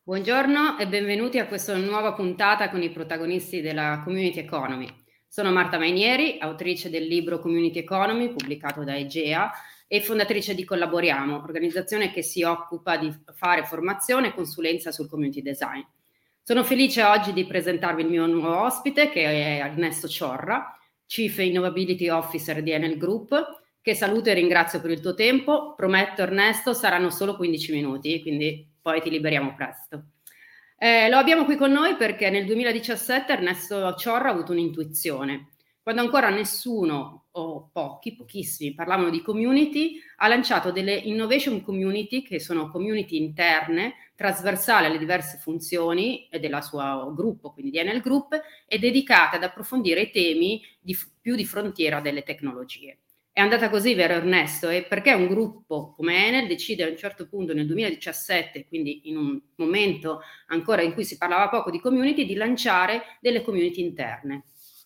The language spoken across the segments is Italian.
Buongiorno e benvenuti a questa nuova puntata con i protagonisti della Community Economy. Sono Marta Mainieri, autrice del libro Community Economy pubblicato da Egea e fondatrice di Collaboriamo, organizzazione che si occupa di fare formazione e consulenza sul community design. Sono felice oggi di presentarvi il mio nuovo ospite, che è Ernesto Ciorra, Chief Innovability Officer di Enel Group, che saluto e ringrazio per il tuo tempo. Prometto, Ernesto, saranno solo 15 minuti, quindi poi ti liberiamo presto. Lo abbiamo qui con noi perché nel 2017 Ernesto Ciorra ha avuto un'intuizione. Quando ancora nessuno o pochissimi parlavano di community, ha lanciato delle innovation community, che sono community interne, trasversali alle diverse funzioni del suo gruppo, quindi di Enel Group, e dedicate ad approfondire i temi più di frontiera delle tecnologie. È andata così, vero Ernesto? E perché un gruppo come Enel decide a un certo punto nel 2017, quindi in un momento ancora in cui si parlava poco di community, di lanciare delle community interne?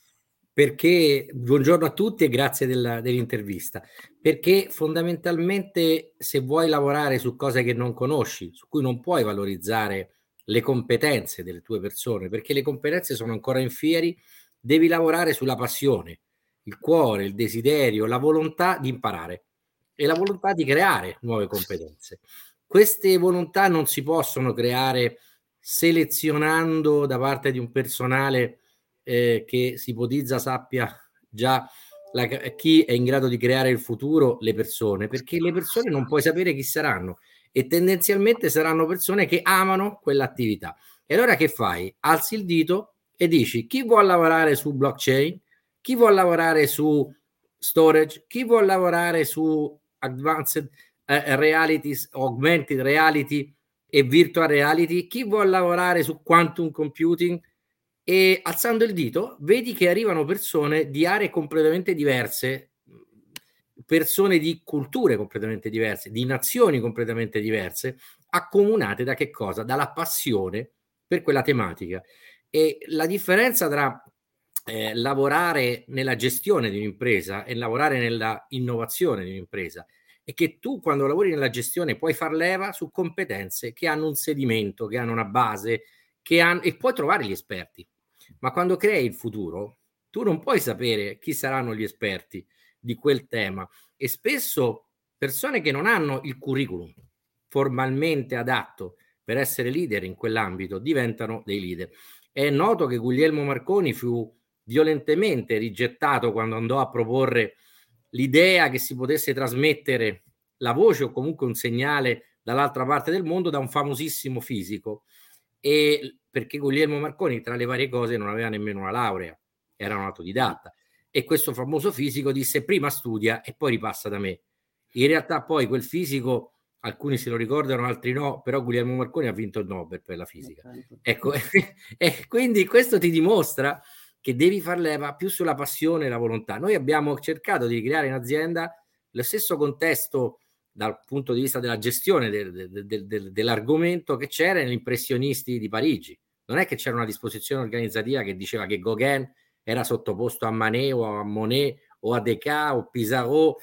Perché, buongiorno a tutti e grazie dell'intervista, perché fondamentalmente se vuoi lavorare su cose che non conosci, su cui non puoi valorizzare le competenze delle tue persone, perché le competenze sono ancora in fieri, devi lavorare sulla passione, il cuore, il desiderio, la volontà di imparare e la volontà di creare nuove competenze. Queste volontà non si possono creare selezionando da parte di un personale che si ipotizza sappia già chi è in grado di creare il futuro, le persone, perché le persone non puoi sapere chi saranno e tendenzialmente saranno persone che amano quell'attività. E allora che fai? Alzi il dito e dici: chi vuol lavorare su blockchain, chi vuol lavorare su storage, chi vuol lavorare su advanced realities, augmented reality e virtual reality, chi vuol lavorare su quantum computing. E alzando il dito vedi che arrivano persone di aree completamente diverse, persone di culture completamente diverse, di nazioni completamente diverse, accomunate da che cosa? Dalla passione per quella tematica. E la differenza tra lavorare nella gestione di un'impresa e lavorare nella innovazione di un'impresa è che tu, quando lavori nella gestione, puoi far leva su competenze che hanno un sedimento, che hanno una base, e puoi trovare gli esperti. Ma quando crei il futuro, tu non puoi sapere chi saranno gli esperti di quel tema, e spesso persone che non hanno il curriculum formalmente adatto per essere leader in quell'ambito diventano dei leader. È noto che Guglielmo Marconi fu violentemente rigettato quando andò a proporre l'idea che si potesse trasmettere la voce o comunque un segnale dall'altra parte del mondo da un famosissimo fisico, e perché Guglielmo Marconi, tra le varie cose, non aveva nemmeno una laurea, era un autodidatta, e questo famoso fisico disse: prima studia e poi ripassa da me. In realtà poi quel fisico, alcuni se lo ricordano, altri no, però Guglielmo Marconi ha vinto il Nobel per la fisica. Ecco, e quindi questo ti dimostra che devi far leva più sulla passione e la volontà. Noi abbiamo cercato di creare in azienda lo stesso contesto dal punto di vista della gestione dell'argomento che c'era negli impressionisti di Parigi. Non è che c'era una disposizione organizzativa che diceva che Gauguin era sottoposto a Manet o a Monet o a Descartes o Pissarro,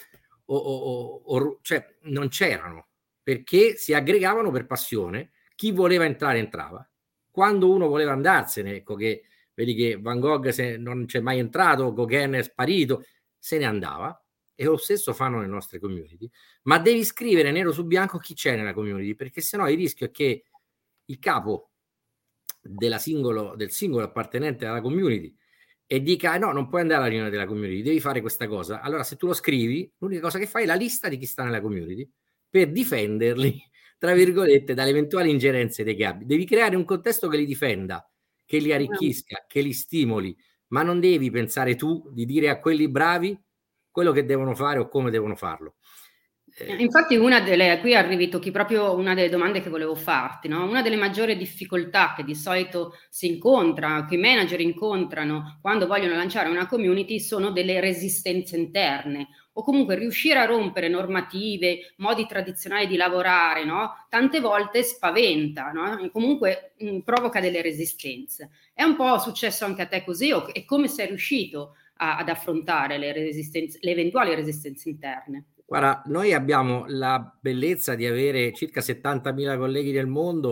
cioè non c'erano, perché si aggregavano per passione. Chi voleva entrare entrava, quando uno voleva andarsene, ecco, che vedi che Van Gogh non c'è mai entrato, Gauguin è sparito, se ne andava. E lo stesso fanno le nostre community, ma devi scrivere nero su bianco chi c'è nella community, perché sennò il rischio è che il capo del singolo appartenente alla community e dica: no, non puoi andare alla riunione della community, devi fare questa cosa. Allora, se tu lo scrivi, l'unica cosa che fai è la lista di chi sta nella community per difenderli, tra virgolette, dalle eventuali ingerenze dei capi. Devi creare un contesto che li difenda, che li arricchisca, che li stimoli, ma non devi pensare tu di dire a quelli bravi quello che devono fare o come devono farlo. Infatti qui arrivi, tocchi proprio una delle domande che volevo farti, no? Una delle maggiori difficoltà che di solito si incontra, che i manager incontrano quando vogliono lanciare una community, sono delle resistenze interne, o comunque riuscire a rompere normative, modi tradizionali di lavorare, no? Tante volte spaventa, no? E comunque provoca delle resistenze. È un po' successo anche a te così, e come sei riuscito ad affrontare le eventuali resistenze interne? Guarda, noi abbiamo la bellezza di avere circa 70.000 colleghi nel mondo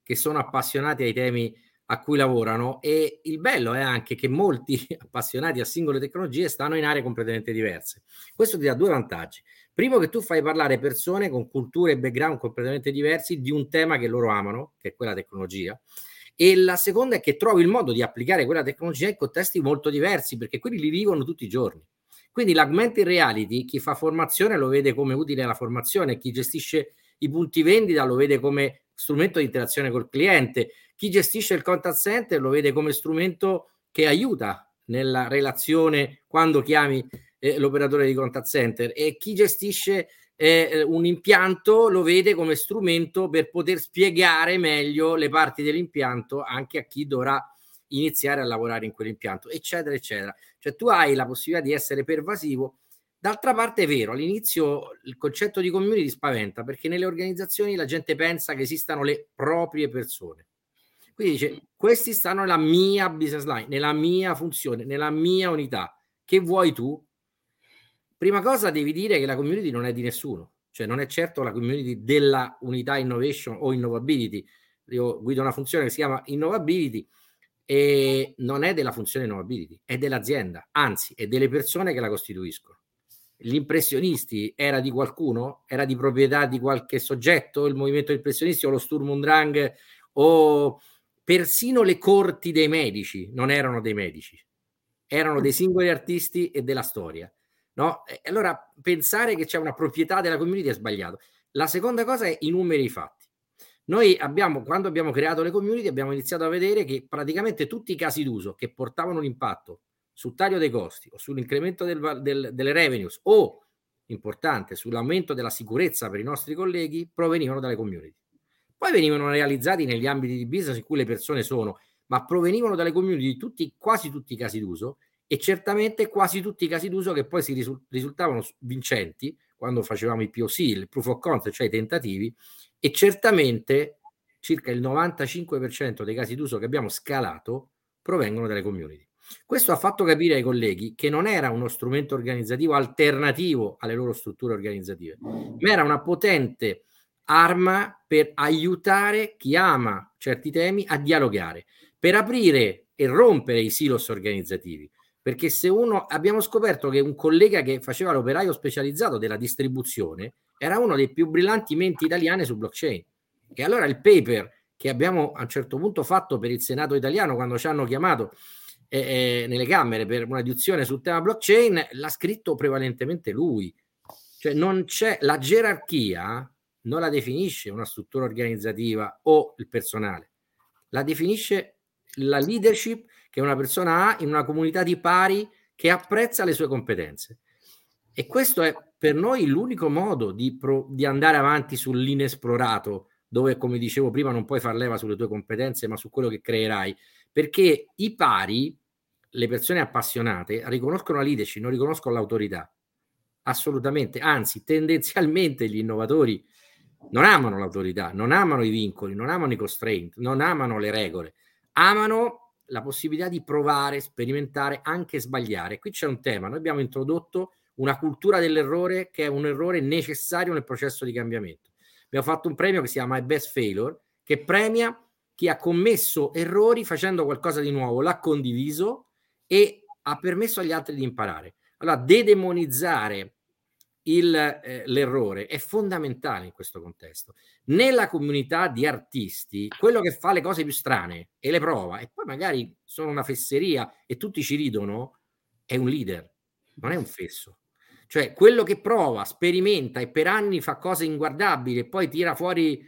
che sono appassionati ai temi a cui lavorano, e il bello è anche che molti appassionati a singole tecnologie stanno in aree completamente diverse. Questo ti dà due vantaggi. Primo, che tu fai parlare persone con culture e background completamente diversi di un tema che loro amano, che è quella tecnologia, e la seconda è che trovi il modo di applicare quella tecnologia in contesti molto diversi, perché quelli li vivono tutti i giorni. Quindi l'augmented reality, chi fa formazione lo vede come utile alla formazione, chi gestisce i punti vendita lo vede come strumento di interazione col cliente, chi gestisce il contact center lo vede come strumento che aiuta nella relazione quando chiami l'operatore di contact center, e chi gestisce un impianto lo vede come strumento per poter spiegare meglio le parti dell'impianto anche a chi dovrà iniziare a lavorare in quell'impianto, eccetera, eccetera. Cioè tu hai la possibilità di essere pervasivo. D'altra parte è vero, all'inizio il concetto di community spaventa, perché nelle organizzazioni la gente pensa che esistano le proprie persone. Quindi dice, questi stanno nella mia business line, nella mia funzione, nella mia unità. Che vuoi tu? Prima cosa devi dire che la community non è di nessuno, cioè non è certo la community della unità innovation o innovability. Io guido una funzione che si chiama innovability e non è della funzione innovability, è dell'azienda, anzi è delle persone che la costituiscono. Gli impressionisti era di qualcuno? Era di proprietà di qualche soggetto? Il movimento impressionisti o lo Sturm und Drang o persino le corti dei medici non erano dei medici, erano dei singoli artisti e della storia. No? E allora pensare che c'è una proprietà della community è sbagliato. La seconda cosa è i numeri e i fatti. Noi abbiamo, quando abbiamo creato le community, abbiamo iniziato a vedere che praticamente tutti i casi d'uso che portavano un impatto sul taglio dei costi o sull'incremento delle revenues o, importante, sull'aumento della sicurezza per i nostri colleghi provenivano dalle community. Poi venivano realizzati negli ambiti di business in cui le persone sono, ma provenivano dalle community di tutti, quasi tutti i casi d'uso, e certamente quasi tutti i casi d'uso che poi risultavano vincenti quando facevamo i POC, il proof of concept, cioè i tentativi, e certamente circa il 95% dei casi d'uso che abbiamo scalato provengono dalle community. Questo ha fatto capire ai colleghi che non era uno strumento organizzativo alternativo alle loro strutture organizzative, ma era una potente arma per aiutare chi ama certi temi a dialogare, per aprire e rompere i silos organizzativi. Perché se uno, abbiamo scoperto che un collega che faceva l'operaio specializzato della distribuzione era uno dei più brillanti menti italiane su blockchain. E allora il paper che abbiamo a un certo punto fatto per il Senato italiano, quando ci hanno chiamato nelle Camere per una audizione sul tema blockchain, l'ha scritto prevalentemente lui. Cioè non c'è la gerarchia, non la definisce una struttura organizzativa o il personale, la definisce la leadership che una persona ha in una comunità di pari che apprezza le sue competenze. E questo è per noi l'unico modo di andare avanti sull'inesplorato, dove, come dicevo prima, non puoi far leva sulle tue competenze, ma su quello che creerai. Perché i pari, le persone appassionate, riconoscono la leadership, non riconoscono l'autorità. Assolutamente. Anzi, tendenzialmente gli innovatori non amano l'autorità, non amano i vincoli, non amano i constraint, non amano le regole, amano la possibilità di provare, sperimentare, anche sbagliare. Qui c'è un tema, noi abbiamo introdotto una cultura dell'errore che è un errore necessario nel processo di cambiamento. Abbiamo fatto un premio che si chiama My Best Failure, che premia chi ha commesso errori facendo qualcosa di nuovo, l'ha condiviso e ha permesso agli altri di imparare. Allora, dedemonizzare l'errore è fondamentale in questo contesto. Nella comunità di artisti, quello che fa le cose più strane e le prova, e poi magari sono una fesseria e tutti ci ridono, è un leader, non è un fesso. Cioè, quello che prova, sperimenta e per anni fa cose inguardabili e poi tira fuori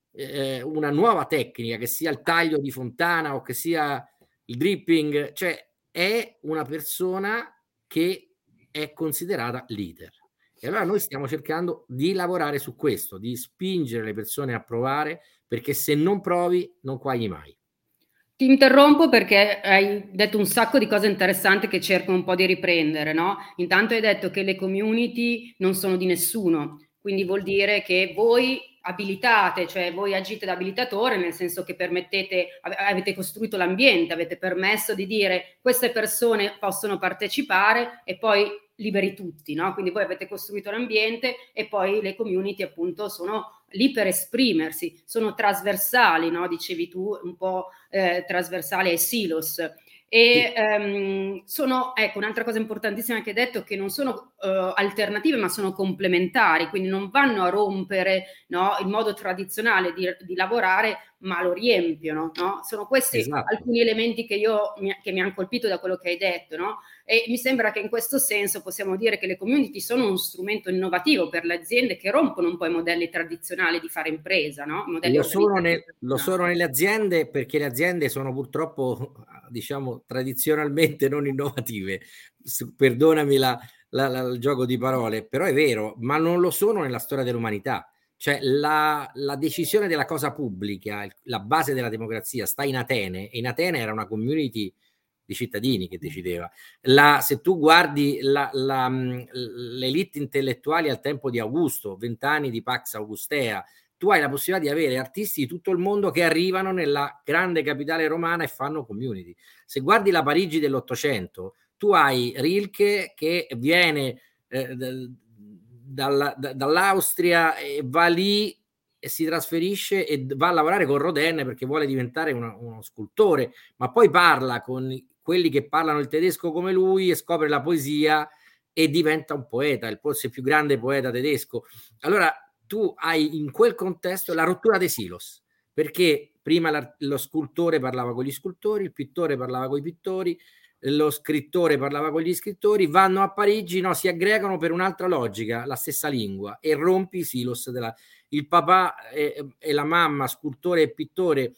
una nuova tecnica, che sia il taglio di fontana o che sia il dripping, cioè è una persona che è considerata leader. E allora noi stiamo cercando di lavorare su questo, di spingere le persone a provare, perché se non provi non quagli mai. Ti interrompo perché hai detto un sacco di cose interessanti che cerco un po' di riprendere, no? Intanto hai detto che le community non sono di nessuno, quindi vuol dire che voi abilitate, cioè voi agite da abilitatore, nel senso che permettete, avete costruito l'ambiente, avete permesso di dire queste persone possono partecipare e poi liberi tutti, no? Quindi voi avete costruito l'ambiente e poi le community appunto sono lì per esprimersi, sono trasversali, no? Dicevi tu, un po' trasversali ai silos. E sono, ecco, un'altra cosa importantissima che hai detto, che non sono alternative ma sono complementari, quindi non vanno a rompere, no, il modo tradizionale di lavorare, ma lo riempiono, no? Sono questi alcuni elementi che mi hanno colpito da quello che hai detto, no? E mi sembra che in questo senso possiamo dire che le community sono uno strumento innovativo per le aziende che rompono un po' i modelli tradizionali di fare impresa, no? Lo sono nelle aziende, perché le aziende sono purtroppo, diciamo, tradizionalmente non innovative. Perdonami il gioco di parole, però è vero, ma non lo sono nella storia dell'umanità. Cioè la decisione della cosa pubblica, la base della democrazia sta in Atene, e in Atene era una community di cittadini che decideva. Se tu guardi l'elite intellettuali al tempo di Augusto, 20 anni di Pax Augustea, tu hai la possibilità di avere artisti di tutto il mondo che arrivano nella grande capitale romana e fanno community. Se guardi la Parigi dell'Ottocento, tu hai Rilke che viene dall'Austria e va lì e si trasferisce e va a lavorare con Rodin perché vuole diventare uno scultore, ma poi parla con quelli che parlano il tedesco come lui e scopre la poesia e diventa un poeta, forse il più grande poeta tedesco. Allora tu hai in quel contesto la rottura dei silos, perché prima lo scultore parlava con gli scultori, il pittore parlava con i pittori, lo scrittore parlava con gli scrittori, vanno a Parigi, no, si aggregano per un'altra logica, la stessa lingua, e rompi i silos il papà e la mamma, scultore e pittore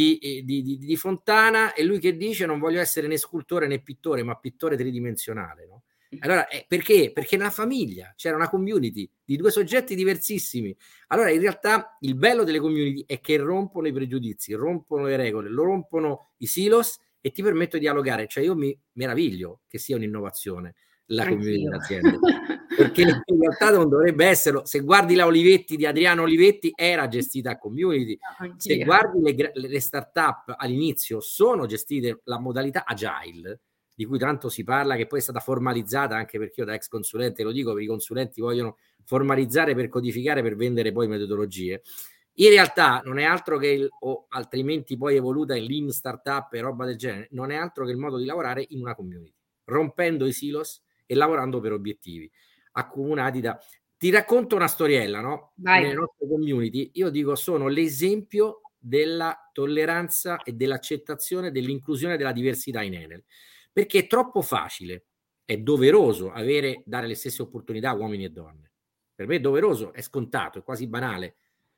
di Fontana, e lui che dice: non voglio essere né scultore né pittore, ma pittore tridimensionale, no? Allora, perché? Perché nella famiglia c'era una community di due soggetti diversissimi. Allora, in realtà, il bello delle community è che rompono i pregiudizi, rompono le regole, rompono i silos e ti permettono di dialogare. Cioè, io mi meraviglio che sia un'innovazione la community dell'azienda, perché in realtà non dovrebbe esserlo. Se guardi la Olivetti di Adriano Olivetti, era gestita a community. Se guardi le start-up all'inizio, sono gestite la modalità agile, di cui tanto si parla, che poi è stata formalizzata, anche perché io da ex consulente lo dico, perché i consulenti vogliono formalizzare per codificare, per vendere poi metodologie. In realtà non è altro che o altrimenti poi evoluta in lean startup e roba del genere, non è altro che il modo di lavorare in una community, rompendo i silos e lavorando per obiettivi accomunati da... Ti racconto una storiella, no? Vai. Nelle nostre community, io dico, sono l'esempio della tolleranza e dell'accettazione dell'inclusione della diversità in Enel, perché è troppo facile, è doveroso dare le stesse opportunità a uomini e donne. Per me è doveroso, è scontato, è quasi banale,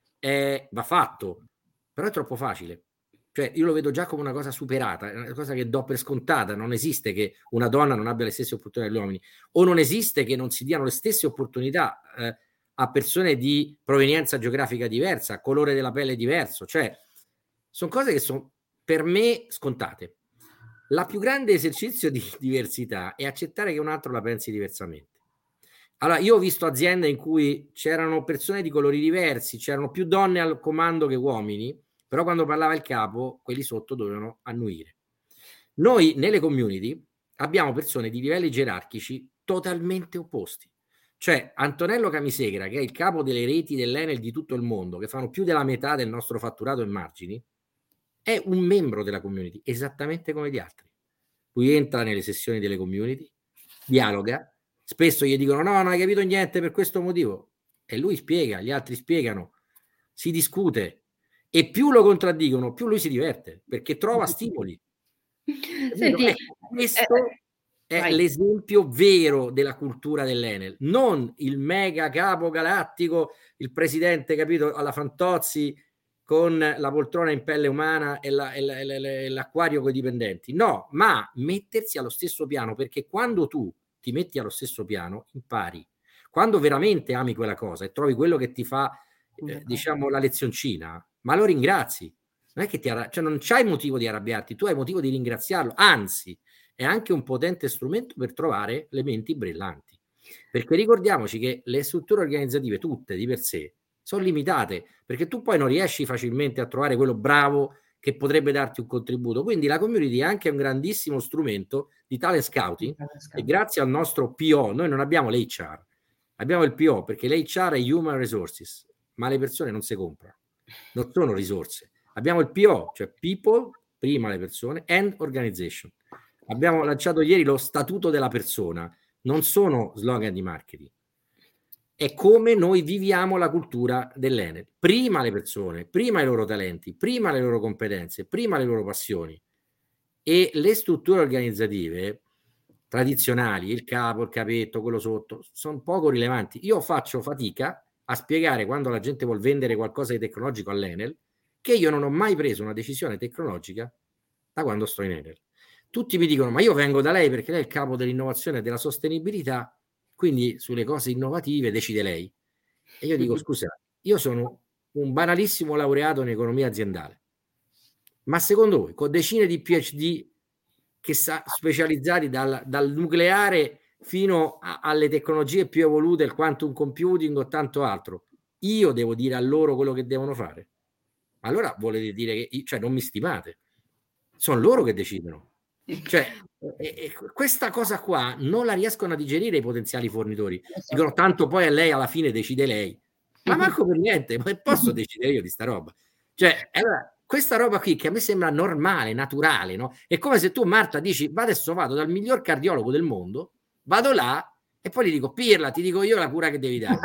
va fatto, però è troppo facile. Cioè, io lo vedo già come una cosa superata, è una cosa che do per scontata. Non esiste che una donna non abbia le stesse opportunità degli uomini, o non esiste che non si diano le stesse opportunità a persone di provenienza geografica diversa, colore della pelle diverso. Cioè, sono cose che sono per me scontate. La più grande esercizio di diversità è accettare che un altro la pensi diversamente. Allora, io ho visto aziende in cui c'erano persone di colori diversi, c'erano più donne al comando che uomini, però quando parlava il capo, quelli sotto dovevano annuire. Noi nelle community abbiamo persone di livelli gerarchici totalmente opposti. Cioè Antonello Camisegra, che è il capo delle reti dell'Enel di tutto il mondo, che fanno più della metà del nostro fatturato e margini, è un membro della community, esattamente come gli altri. Lui entra nelle sessioni delle community, dialoga, spesso gli dicono no, non hai capito niente per questo motivo, e lui spiega, gli altri spiegano, si discute, e più lo contraddicono, più lui si diverte, perché trova stimoli. Senti, ecco, questo è l'esempio vero della cultura dell'Enel, non il mega capo galattico, il presidente, capito, alla Fantozzi con la poltrona in pelle umana e l'acquario con i dipendenti. No, ma mettersi allo stesso piano, perché quando tu ti metti allo stesso piano impari. Quando veramente ami quella cosa e trovi quello che ti fa, diciamo, la lezioncina, ma lo ringrazi. Non è che cioè non c'hai motivo di arrabbiarti, tu hai motivo di ringraziarlo, anzi è anche un potente strumento per trovare le menti brillanti, perché ricordiamoci che le strutture organizzative tutte di per sé sono limitate, perché tu poi non riesci facilmente a trovare quello bravo che potrebbe darti un contributo. Quindi la community è anche un grandissimo strumento di talent scouting, e grazie al nostro PO, noi non abbiamo l'HR, abbiamo il PO, perché l'HR è Human Resources, ma le persone non si comprano, non sono risorse. Abbiamo il PO, cioè People, prima le persone, and Organization. Abbiamo lanciato ieri lo statuto della persona, non sono slogan di marketing. È come noi viviamo la cultura dell'Enel. Prima le persone, prima i loro talenti, prima le loro competenze, prima le loro passioni. E le strutture organizzative tradizionali, il capo, il capetto, quello sotto, sono poco rilevanti. Io faccio fatica a spiegare, quando la gente vuol vendere qualcosa di tecnologico all'Enel, che io non ho mai preso una decisione tecnologica da quando sto in Enel. Tutti mi dicono, ma io vengo da lei perché lei è il capo dell'innovazione e della sostenibilità, quindi sulle cose innovative decide lei. E io dico, scusa, io sono un banalissimo laureato in economia aziendale, ma secondo voi, con decine di PhD che specializzati dal nucleare fino alle tecnologie più evolute, il quantum computing o tanto altro, io devo dire a loro quello che devono fare? Allora volete dire che cioè, non mi stimate? Sono loro che decidono. Cioè, questa cosa qua non la riescono a digerire i potenziali fornitori. Dicono, tanto poi a lei alla fine decide lei. Ma manco per niente, ma posso decidere io di sta roba? Cioè, allora, questa roba qui che a me sembra normale, naturale, no? È come se tu, Marta, dici, ma adesso vado dal miglior cardiologo del mondo, vado là e poi gli dico, Pirla, ti dico io la cura che devi dare.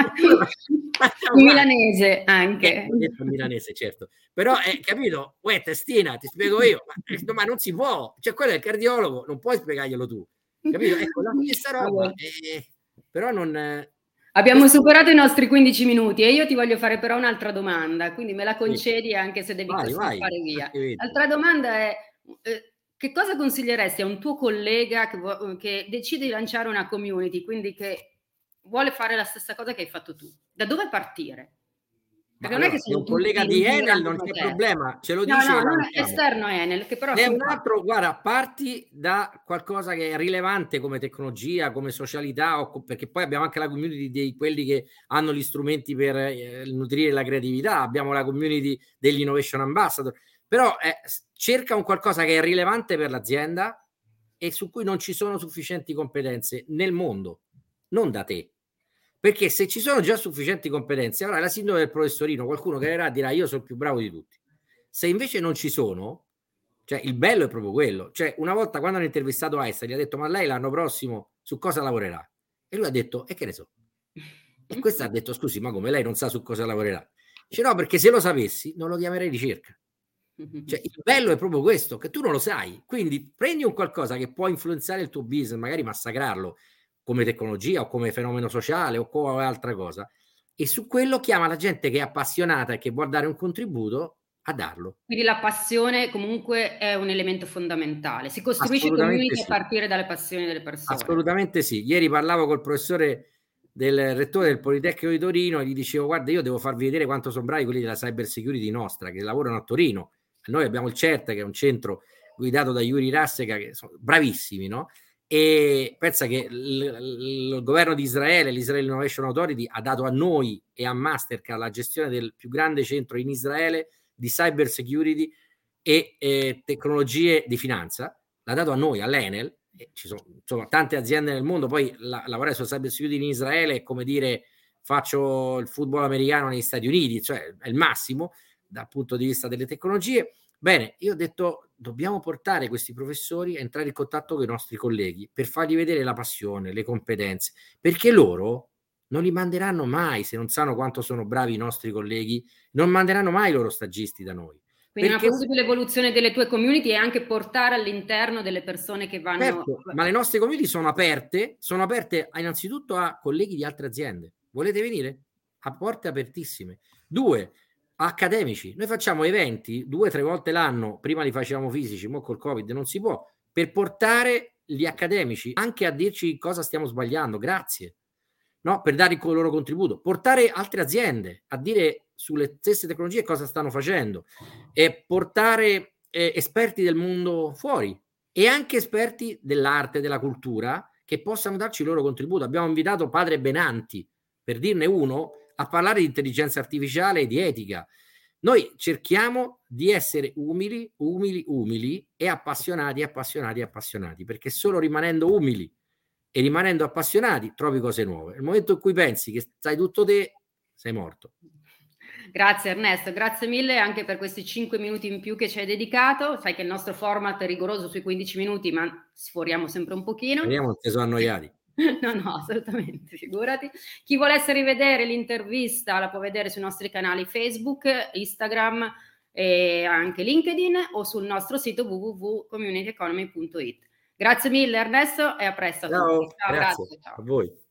In milanese anche. Ho detto milanese, certo. Però, capito? Uè, testina, ti spiego io. Ma non si può. Cioè, quello è il cardiologo, non puoi spiegarglielo tu. Capito? Ecco, la stessa roba. Però non... Abbiamo superato i nostri 15 minuti e io ti voglio fare però un'altra domanda, quindi me la concedi anche se devi scappare via. L'altra domanda è, che cosa consiglieresti a un tuo collega che decide di lanciare una community, quindi che vuole fare la stessa cosa che hai fatto tu? Da dove partire? Perché non è che sono un collega di Enel, non c'è problema, ce lo dice. No, non è esterno a Enel, che però è un altro, guarda, parti da qualcosa che è rilevante come tecnologia, come socialità, perché poi abbiamo anche la community di quelli che hanno gli strumenti per nutrire la creatività, abbiamo la community degli innovation ambassador, però cerca un qualcosa che è rilevante per l'azienda e su cui non ci sono sufficienti competenze nel mondo, non da te. Perché se ci sono già sufficienti competenze, allora la sindrome del professorino, qualcuno che verrà dirà io sono il più bravo di tutti. Se invece non ci sono, cioè il bello è proprio quello. Cioè una volta quando hanno intervistato Einstein gli ha detto ma lei l'anno prossimo su cosa lavorerà? E lui ha detto e che ne so. E questo ha detto scusi ma come lei non sa su cosa lavorerà? Dice no perché se lo sapessi non lo chiamerei ricerca. Cioè il bello è proprio questo, che tu non lo sai. Quindi prendi un qualcosa che può influenzare il tuo business, magari massacrarlo, come tecnologia o come fenomeno sociale o come altra cosa, e su quello chiama la gente che è appassionata e che vuole dare un contributo a darlo. Quindi la passione comunque è un elemento fondamentale, si costruisce community a partire dalle passioni delle persone. Assolutamente sì. Ieri parlavo col professore del rettore del Politecnico di Torino e gli dicevo guarda io devo farvi vedere quanto sono bravi quelli della cyber security nostra che lavorano a Torino. Noi abbiamo il CERT che è un centro guidato da Yuri Rassega che sono bravissimi, no? E pensa che il governo di Israele, l'Israel Innovation Authority, ha dato a noi e a Mastercard la gestione del più grande centro in Israele di cyber security e tecnologie di finanza, l'ha dato a noi, all'Enel. Ci sono insomma tante aziende nel mondo, poi lavorare su cyber security in Israele è come dire faccio il football americano negli Stati Uniti, cioè è il massimo dal punto di vista delle tecnologie. Bene, io ho detto dobbiamo portare questi professori a entrare in contatto con i nostri colleghi per fargli vedere la passione, le competenze, perché loro non li manderanno mai, se non sanno quanto sono bravi i nostri colleghi, non manderanno mai i loro stagisti da noi. Quindi una possibile evoluzione delle tue community è anche portare all'interno delle persone che vanno... Certo, ma le nostre community sono aperte innanzitutto a colleghi di altre aziende. Volete venire? A porte apertissime. 2, accademici. Noi facciamo eventi 2-3 volte l'anno, prima li facevamo fisici, mo col Covid non si può, per portare gli accademici anche a dirci cosa stiamo sbagliando, grazie, no? Per dare il loro contributo, portare altre aziende a dire sulle stesse tecnologie cosa stanno facendo e portare esperti del mondo fuori e anche esperti dell'arte, della cultura che possano darci il loro contributo. Abbiamo invitato padre Benanti, per dirne uno, a parlare di intelligenza artificiale e di etica. Noi cerchiamo di essere umili e appassionati, perché solo rimanendo umili e rimanendo appassionati trovi cose nuove. Nel momento in cui pensi che sai tutto te, sei morto. Grazie Ernesto, grazie mille anche per questi 5 minuti in più che ci hai dedicato. Sai che il nostro format è rigoroso sui 15 minuti, ma sforiamo sempre un pochino. Speriamo non si sono annoiati. No, no, assolutamente, figurati. Chi volesse rivedere l'intervista la può vedere sui nostri canali Facebook, Instagram e anche LinkedIn o sul nostro sito www.communityeconomy.it. Grazie mille Ernesto e a presto a Ciao, tutti. Ciao, grazie grazie, a ciao. voi.